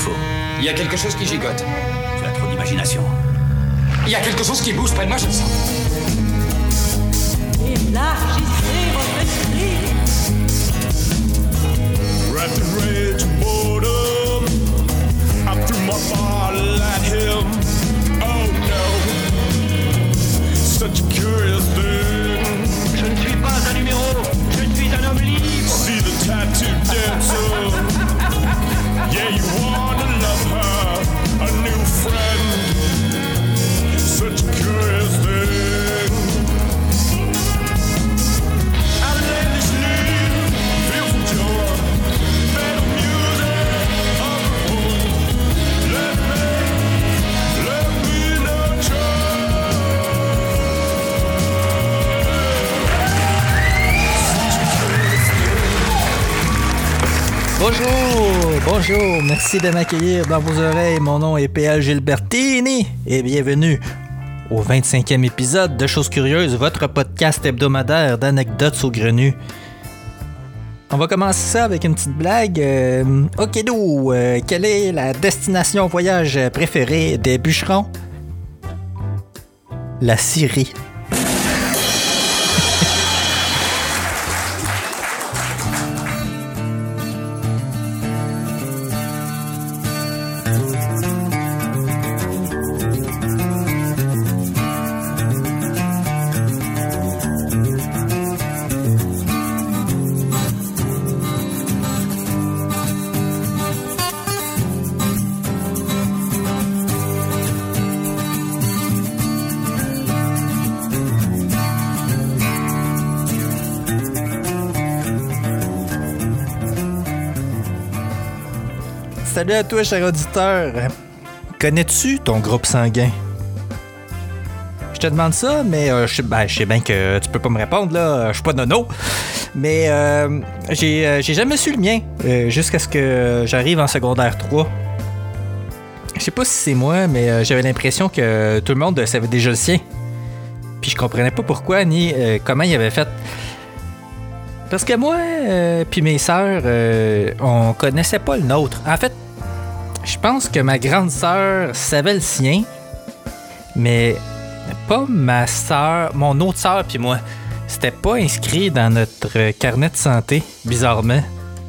faut. Il y a quelque chose qui gigote. Tu as trop d'imagination. Il y a quelque chose qui bouge près de moi, je le sens. Élargissez votre esprit. Wrapped in rage and boredom, I threw my bottle at him. Oh no, such a curious thing. Je ne suis pas un numéro, je suis un homme libre. See the tattooed dancer. Yeah, you wanna love her, a new friend. Such a curious thing. Outlandishly, fearful joy, better music of the world. Let me nurture. Bonjour, merci de m'accueillir dans vos oreilles. Mon nom est PL Gilbertini et bienvenue au 25e épisode de Choses Curieuses, votre podcast hebdomadaire d'anecdotes saugrenues. On va commencer ça avec une petite blague. Ok, quelle est la destination voyage préférée des bûcherons? La Syrie. Salut à toi, cher auditeur. Connais-tu ton groupe sanguin? Je te demande ça, mais je sais bien que tu peux pas me répondre, là. Je suis pas nono. Mais j'ai jamais su le mien jusqu'à ce que j'arrive en secondaire 3. Je sais pas si c'est moi, mais j'avais l'impression que tout le monde savait déjà le sien. Puis je comprenais pas pourquoi ni comment il avait fait. Parce que moi, puis mes sœurs, on connaissait pas le nôtre. En fait, je pense que ma grande sœur savait le sien, mais pas ma sœur, mon autre sœur puis moi. C'était pas inscrit dans notre carnet de santé, bizarrement.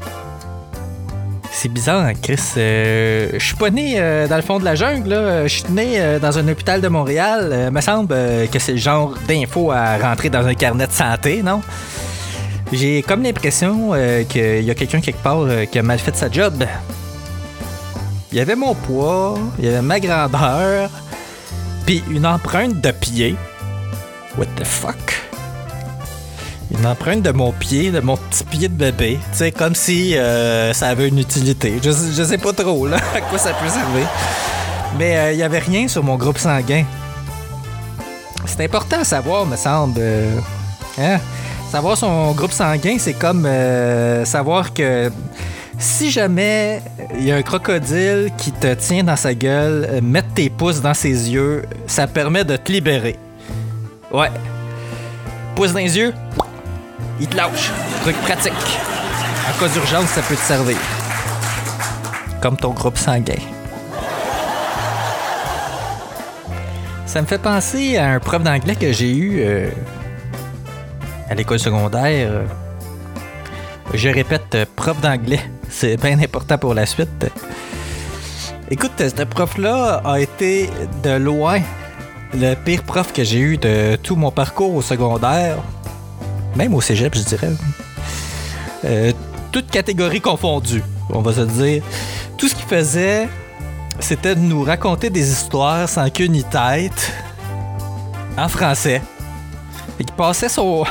C'est bizarre, hein, Chris. Je suis pas né dans le fond de la jungle, là. Je suis né dans un hôpital de Montréal. Me semble que c'est le genre d'info à rentrer dans un carnet de santé, non? J'ai comme l'impression qu'il y a quelqu'un quelque part qui a mal fait sa job. Il y avait mon poids, il y avait ma grandeur, puis une empreinte de pied. What the fuck? Une empreinte de mon pied, de mon petit pied de bébé. Tu sais, comme si ça avait une utilité. Je sais pas trop là, à quoi ça peut servir. Mais il y avait rien sur mon groupe sanguin. C'est important à savoir, me semble. Savoir son groupe sanguin, c'est comme savoir que si jamais il y a un crocodile qui te tient dans sa gueule, mettre tes pouces dans ses yeux, ça permet de te libérer. Ouais. Pouce dans les yeux, il te lâche. Truc pratique. En cas d'urgence, ça peut te servir. Comme ton groupe sanguin. Ça me fait penser à un prof d'anglais que j'ai eu à l'école secondaire. Je répète, prof d'anglais. C'est bien important pour la suite. Écoute, ce prof-là a été de loin le pire prof que j'ai eu de tout mon parcours au secondaire. Même au cégep, je dirais. Toutes catégories confondues, on va se dire. Tout ce qu'il faisait, c'était de nous raconter des histoires sans queue ni tête, en français. Il passait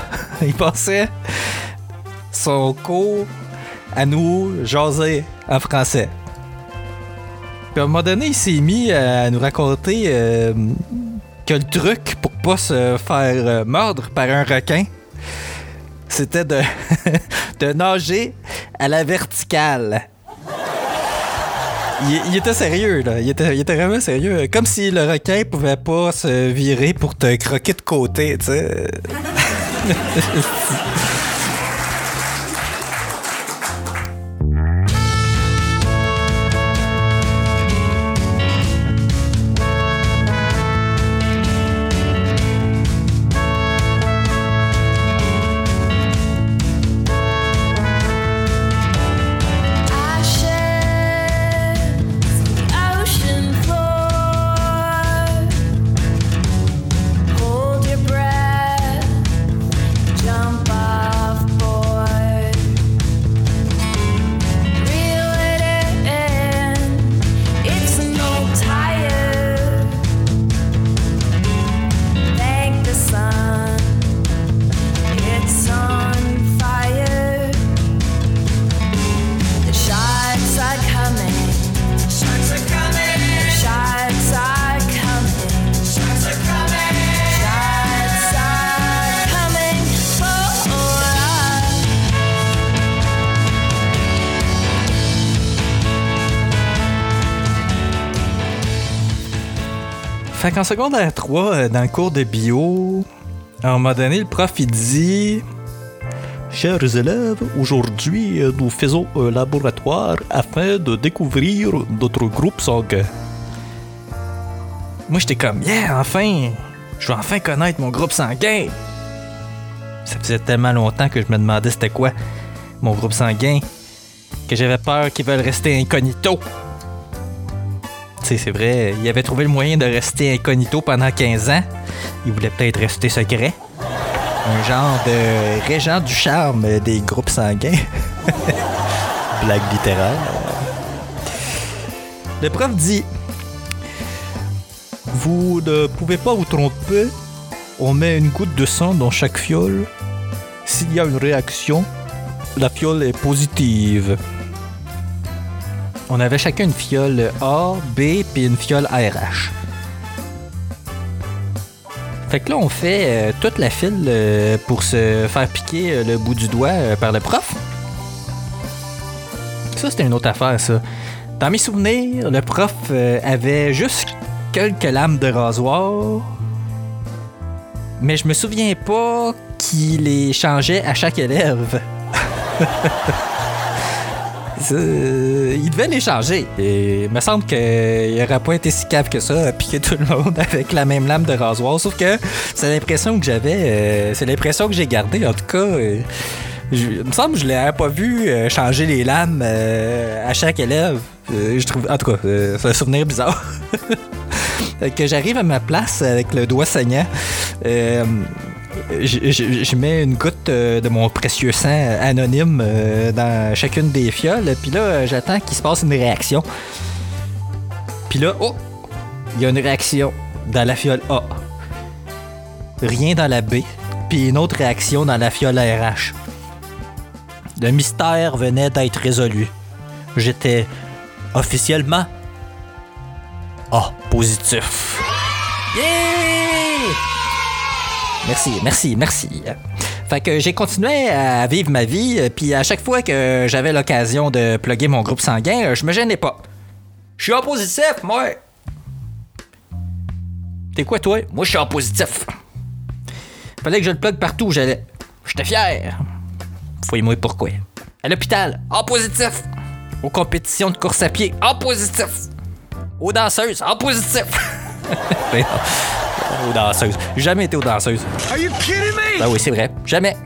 son cours à nous jaser en français. Puis à un moment donné, il s'est mis à nous raconter que le truc pour pas se faire mordre par un requin, c'était de nager à la verticale. Il était sérieux, là. Il était vraiment sérieux. Comme si le requin pouvait pas se virer pour te croquer de côté, tu sais. Fait qu'en secondaire 3, dans le cours de bio, à un moment donné, le prof, il dit... Chers élèves, aujourd'hui, nous faisons un laboratoire afin de découvrir notre groupe sanguin. Moi, j'étais comme, yeah, enfin! Je vais enfin connaître mon groupe sanguin! Ça faisait tellement longtemps que je me demandais c'était quoi, mon groupe sanguin, que j'avais peur qu'ils veulent rester incognito. Tu sais, c'est vrai, il avait trouvé le moyen de rester incognito pendant 15 ans. Il voulait peut-être rester secret. Un genre de régent du charme des groupes sanguins. Blague littéraire. Le prof dit... Vous ne pouvez pas vous tromper. On met une goutte de sang dans chaque fiole. S'il y a une réaction, la fiole est positive. On avait chacun une fiole A, B, puis une fiole RH. Fait que là, on fait toute la file pour se faire piquer le bout du doigt par le prof. Ça, c'était une autre affaire, ça. Dans mes souvenirs, le prof avait juste quelques lames de rasoir, mais je me souviens pas qu'il les changeait à chaque élève. Il devait les changer. Et il me semble qu'il n'aurait pas été si cave que ça à piquer tout le monde avec la même lame de rasoir. Sauf que c'est l'impression que j'avais. C'est l'impression que j'ai gardée. En tout cas, il me semble que je ne l'avais pas vu changer les lames à chaque élève. Je trouve, en tout cas, c'est un souvenir bizarre. Que j'arrive à ma place avec le doigt saignant. Je mets une goutte de mon précieux sang anonyme dans chacune des fioles. Puis là, j'attends qu'il se passe une réaction. Puis là, oh! Il y a une réaction dans la fiole A. Rien dans la B. Puis une autre réaction dans la fiole RH. Le mystère venait d'être résolu. J'étais officiellement A positif. Yeah! Merci. Fait que j'ai continué à vivre ma vie, puis à chaque fois que j'avais l'occasion de plugger mon groupe sanguin, je me gênais pas. Je suis A positif, moi! T'es quoi, toi? Moi, je suis A positif. Fallait que je le plug partout où j'allais. J'étais fier. Fouille-moi pourquoi. À l'hôpital, A positif. Aux compétitions de course à pied, A positif. Aux danseuses, A positif. Aux danseuses. J'ai jamais été aux danseuses. Are you kidding me? Ben oui, c'est vrai. Jamais.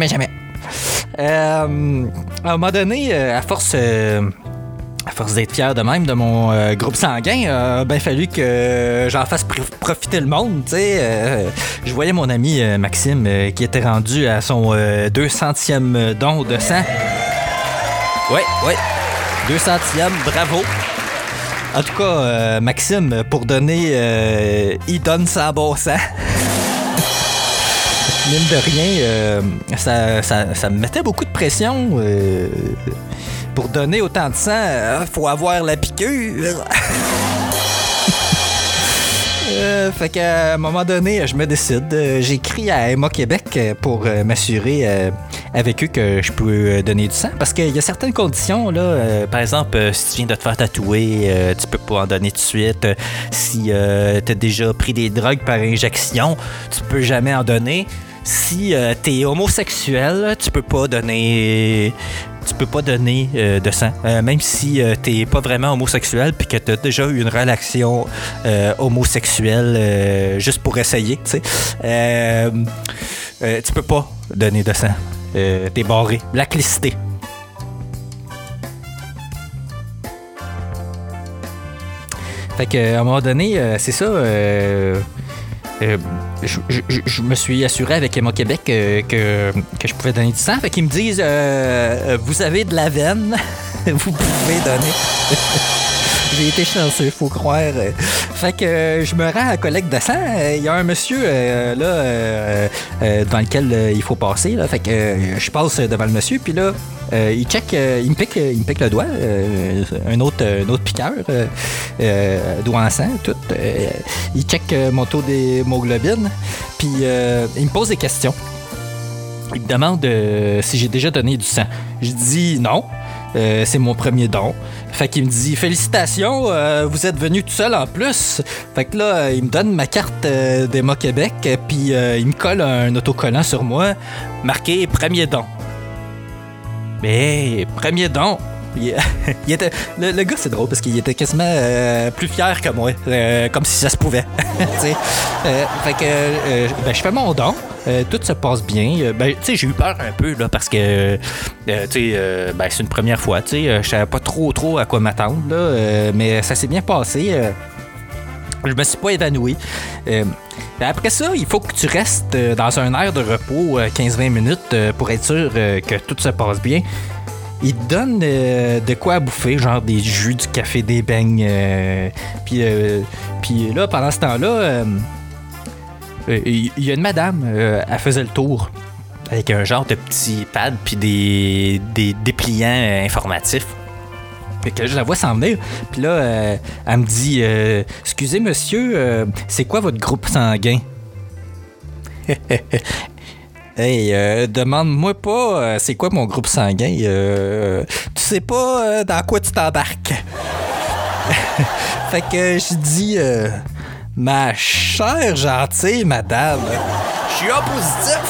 À un moment donné, à force d'être fier de même de mon groupe sanguin, ben fallu que j'en fasse profiter le monde, tu sais. Je voyais mon ami Maxime qui était rendu à son 200e don de sang. Ouais. 200e, bravo. En tout cas, Maxime, pour donner, il donne sans bon sang. Mine de rien, ça me mettait beaucoup de pression. Pour donner autant de sang, faut avoir la piqûre. Fait qu'à un moment donné, je me décide. J'écris à Emma Québec pour m'assurer avec eux que je peux donner du sang. Parce qu'il y a certaines conditions, là. Par exemple, si tu viens de te faire tatouer, tu peux pas en donner tout de suite. Si t'as déjà pris des drogues par injection, tu peux jamais en donner. Si t'es homosexuel, tu peux pas donner de sang. Même si t'es pas vraiment homosexuel puis que t'as déjà eu une relation homosexuelle juste pour essayer, tu sais. Tu peux pas donner de sang. T'es barré. Blacklisté. Fait qu'à un moment donné, c'est ça... je me suis assuré avec Emma Québec que je pouvais donner du sang. Fait qu'ils me disent vous avez de la veine, vous pouvez donner. J'ai été chanceux, faut croire. Fait que je me rends à la collecte de sang. Il y a un monsieur là dans lequel il faut passer. Là. Fait que je passe devant le monsieur, puis là il check, il me pique le doigt, un autre piqueur, doigt en sang, tout. Il check mon taux d'hémoglobine, puis il me pose des questions. Il me demande si j'ai déjà donné du sang. Je dis non. C'est mon premier don. Fait qu'il me dit « Félicitations, vous êtes venu tout seul en plus. » Fait que là, il me donne ma carte d'Emma Québec, puis il me colle un autocollant sur moi, marqué « Premier don ». Mais premier don, il était, le gars, c'est drôle parce qu'il était quasiment plus fier que moi, comme si ça se pouvait. Fait que je fais mon don, tout se passe bien. J'ai eu peur un peu là, parce que c'est une première fois. Je savais pas trop à quoi m'attendre, là, mais ça s'est bien passé. Je me suis pas évanoui. Après ça, il faut que tu restes dans un air de repos 15-20 minutes pour être sûr que tout se passe bien. Ils te donnent de quoi à bouffer, genre des jus, du café, des beignes. Puis là, pendant ce temps-là, il y a une madame, elle faisait le tour avec un genre de petit pad puis des dépliants informatifs. Fait que je la vois s'en venir. Puis là, elle me dit « Excusez, monsieur, c'est quoi votre groupe sanguin? » Hey, demande-moi pas c'est quoi mon groupe sanguin. Tu sais pas dans quoi tu t'embarques. Fait que je dis ma chère gentille madame, je suis A positif.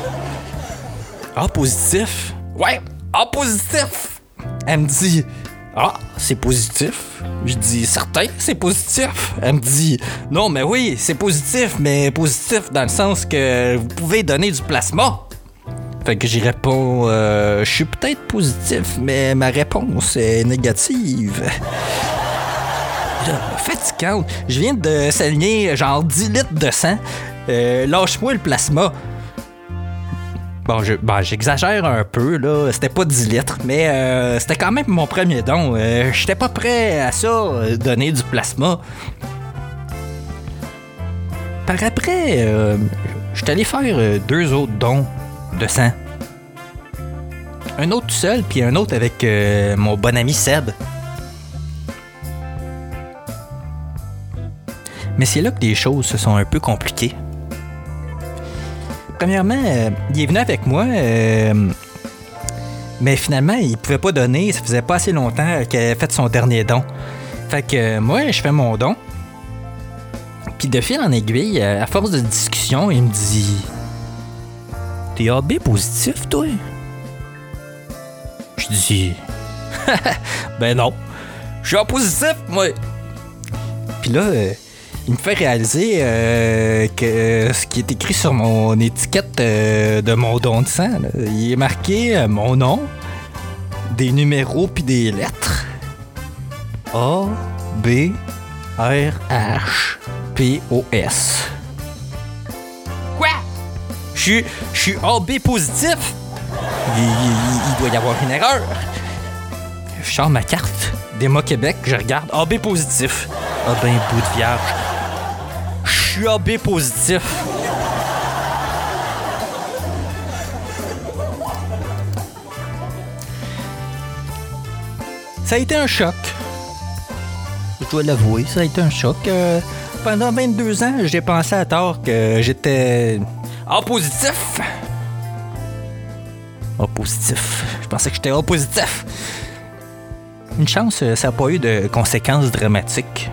A positif? Ouais, A positif. Elle me dit ah, c'est positif. Je dis certain, c'est positif. Elle me dit non, mais oui, c'est positif, mais positif dans le sens que vous pouvez donner du plasma. Fait que j'y réponds je suis peut-être positif, mais ma réponse est négative. Fatigante. Je viens de saigner genre 10 litres de sang. Lâche-moi le plasma. Bon, j'exagère un peu, là. C'était pas 10 litres, mais c'était quand même mon premier don. J'étais pas prêt à ça, donner du plasma. Par après, j'étais allé faire 2 autres dons de sang. Un autre tout seul, puis un autre avec mon bon ami Seb. Mais c'est là que les choses se sont un peu compliquées. Premièrement, il est venu avec moi, mais finalement, il pouvait pas donner. Ça faisait pas assez longtemps qu'il avait fait son dernier don. Fait que moi, je fais mon don. Puis de fil en aiguille, à force de discussion, il me dit « T'es AB positif, toi? » Je dis « Ben non, je suis A positif, moi! » Puis là... il me fait réaliser que ce qui est écrit sur mon étiquette de mon don de sang, là, il est marqué mon nom, des numéros puis des lettres. A, B, R, H, P, O, S. Quoi? Je suis AB positif? Il doit y avoir une erreur. Je sors ma carte d'Emma Québec, je regarde AB positif. Ah ben, bout de vierge. Je suis AB positif. Ça a été un choc. Je dois l'avouer, ça a été un choc. Pendant 22 ans, j'ai pensé à tort que j'étais A positif. A positif. Je pensais que j'étais A positif. Une chance, ça n'a pas eu de conséquences dramatiques.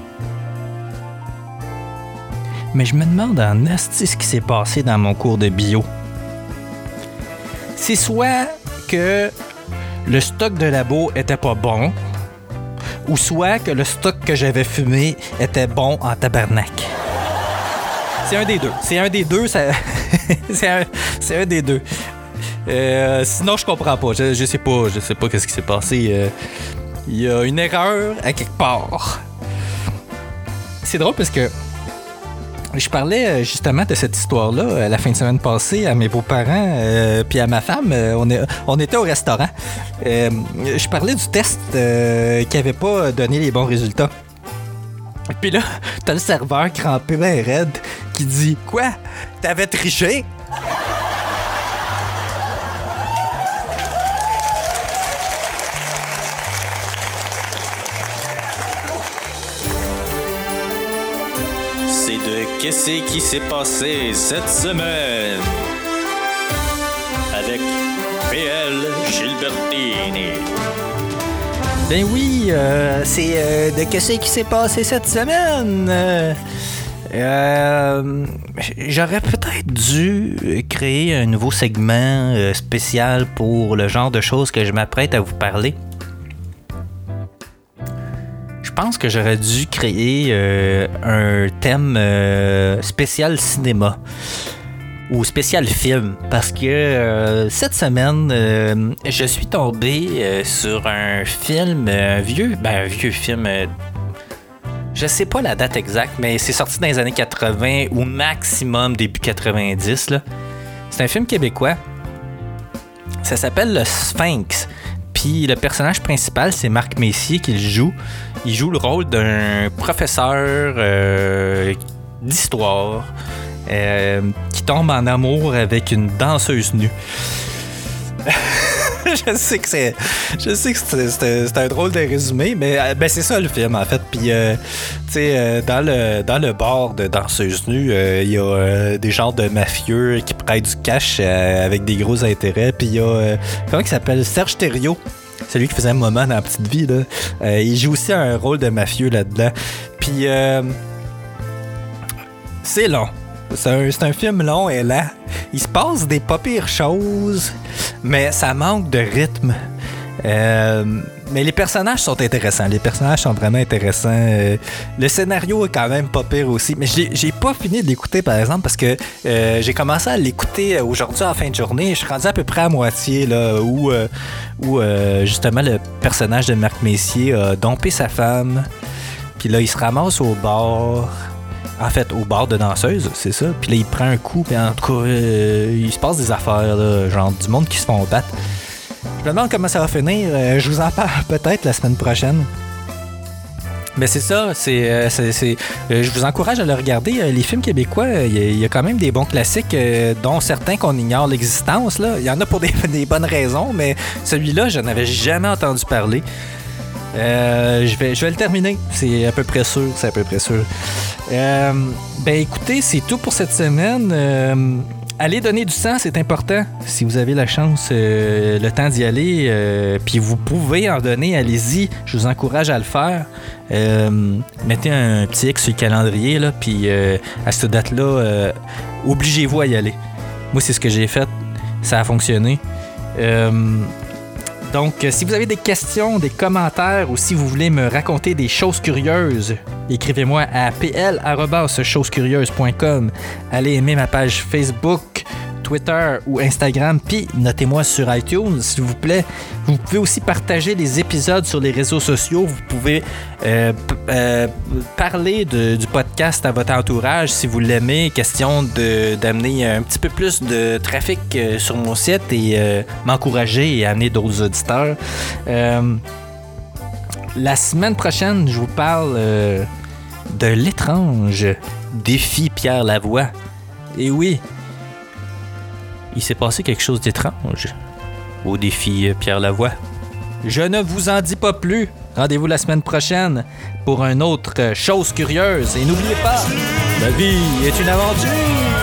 Mais je me demande en esti ce qui s'est passé dans mon cours de bio. C'est soit que le stock de labo était pas bon, ou soit que le stock que j'avais fumé était bon en tabarnak. C'est un des deux. C'est un des deux, ça... c'est un des deux. Sinon, je comprends pas. Je sais pas qu'est-ce qui s'est passé. Il y a une erreur à quelque part. C'est drôle parce que je parlais justement de cette histoire-là la fin de semaine passée à mes beaux-parents puis à ma femme. On était au restaurant. Je parlais du test qui avait pas donné les bons résultats. Puis là, t'as le serveur crampé ben raide qui dit « Quoi? T'avais triché? » Qu'est-ce qui s'est passé cette semaine? Avec P.L. Gilbertini. Ben oui, c'est de qu'est-ce qui s'est passé cette semaine. J'aurais peut-être dû créer un nouveau segment spécial pour le genre de choses que je m'apprête à vous parler. Je pense que j'aurais dû créer un thème spécial cinéma ou spécial film, parce que cette semaine, je suis tombé sur un film, un vieux film. Je sais pas la date exacte, mais c'est sorti dans les années 80 ou maximum début 90. Là. C'est un film québécois. Ça s'appelle Le Sphinx. Puis le personnage principal, c'est Marc Messier qui le joue. Il joue le rôle d'un professeur d'histoire qui tombe en amour avec une danseuse nue. Je sais que c'est un drôle de résumé, mais c'est ça le film en fait. Puis tu sais, dans le bar de danseuses nues, il y a des genres de mafieux qui prêtent du cash avec des gros intérêts. Puis il y a comment il s'appelle, Serge Thériault, celui qui faisait Maman dans La Petite Vie là. Il joue aussi un rôle de mafieux là-dedans. Puis c'est long. C'est un film long et lent. Il se passe des pas pires choses, mais ça manque de rythme. Mais les personnages sont intéressants. Les personnages sont vraiment intéressants. Le scénario est quand même pas pire aussi. Mais j'ai pas fini de l'écouter, par exemple, parce que j'ai commencé à l'écouter aujourd'hui en fin de journée. Je suis rendu à peu près à moitié, là, où justement le personnage de Marc Messier a dompé sa femme. Puis là, il se ramasse au bar. En fait, au bar de danseuse, c'est ça. Puis là, il prend un coup, puis en tout cas, il se passe des affaires, là, genre du monde qui se font battre. Je me demande comment ça va finir. Je vous en parle peut-être la semaine prochaine. Mais c'est ça, je vous encourage à le regarder. Les films québécois, il y a quand même des bons classiques, dont certains qu'on ignore l'existence. Là. Il y en a pour des bonnes raisons, mais celui-là, je n'avais jamais entendu parler. Je vais le terminer, c'est à peu près sûr. Écoutez, c'est tout pour cette semaine. Allez donner du sang, c'est important. Si vous avez la chance, le temps d'y aller, puis vous pouvez en donner, allez-y. Je vous encourage à le faire. Mettez un petit X sur le calendrier, là, puis à cette date-là, obligez-vous à y aller. Moi, c'est ce que j'ai fait. Ça a fonctionné. Donc, si vous avez des questions, des commentaires ou si vous voulez me raconter des choses curieuses, écrivez-moi à pl@chosescurieuses.com. Allez aimer ma page Facebook, Twitter ou Instagram, puis notez-moi sur iTunes, s'il vous plaît. Vous pouvez aussi partager les épisodes sur les réseaux sociaux. Vous pouvez parler du podcast à votre entourage si vous l'aimez. Question d'amener un petit peu plus de trafic sur mon site et m'encourager et amener d'autres auditeurs. La semaine prochaine, je vous parle de l'étrange défi Pierre Lavoie. Et oui, il s'est passé quelque chose d'étrange au défi Pierre Lavoie. Je ne vous en dis pas plus. Rendez-vous la semaine prochaine pour une autre chose curieuse. Et n'oubliez pas, la vie est une aventure.